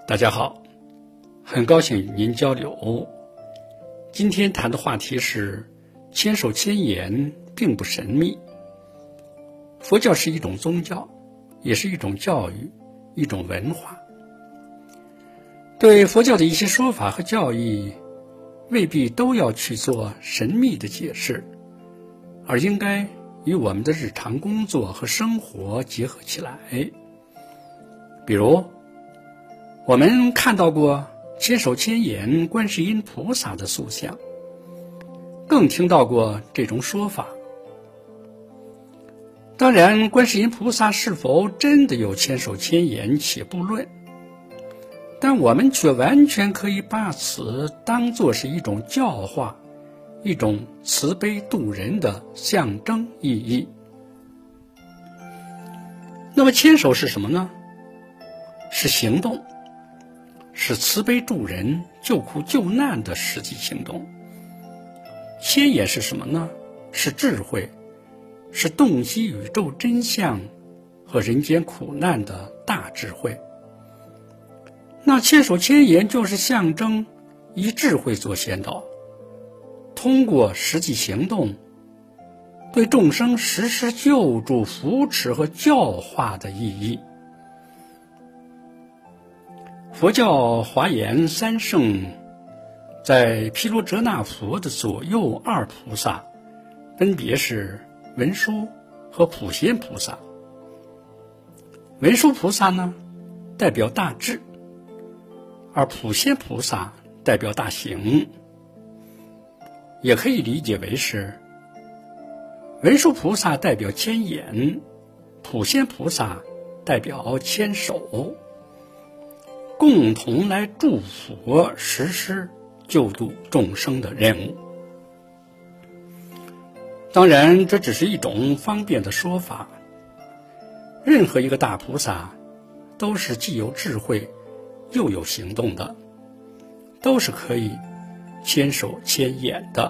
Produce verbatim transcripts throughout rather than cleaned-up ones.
大家好，很高兴与您交流。今天谈的话题是千手千眼并不神秘。佛教是一种宗教，也是一种教育，一种文化。对佛教的一些说法和教义，未必都要去做神秘的解释，而应该与我们的日常工作和生活结合起来。比如我们看到过千手千眼观世音菩萨的塑像，更听到过这种说法。当然，观世音菩萨是否真的有千手千眼且不论，但我们却完全可以把此当作是一种教化，一种慈悲度人的象征意义。那么千手是什么呢？是行动，是慈悲助人、救苦救难的实际行动。千眼是什么呢？是智慧，是洞悉宇宙真相和人间苦难的大智慧。那千手千眼就是象征以智慧做先导，通过实际行动对众生实施救助、扶持和教化的意义。佛教华严三圣在毗卢遮那佛的左右二菩萨，分别是文殊和普贤菩萨。文殊菩萨呢，代表大智，而普贤菩萨代表大行。也可以理解为是文殊菩萨代表千眼，普贤菩萨代表千手，共同来助佛实施救度众生的任务。当然，这只是一种方便的说法。任何一个大菩萨都是既有智慧又有行动的，都是可以千手千眼的。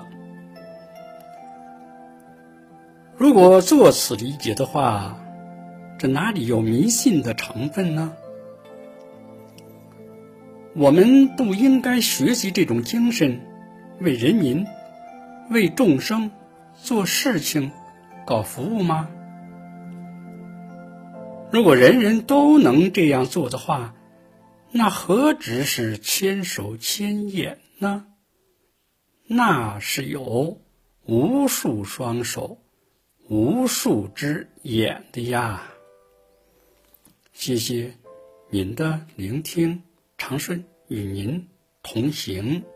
如果做此理解的话，这哪里有迷信的成分呢？我们不应该学习这种精神，为人民、为众生做事情、搞服务吗？如果人人都能这样做的话，那何止是千手千眼呢？那是有无数双手、无数只眼的呀。谢谢您的聆听，长顺与您同行。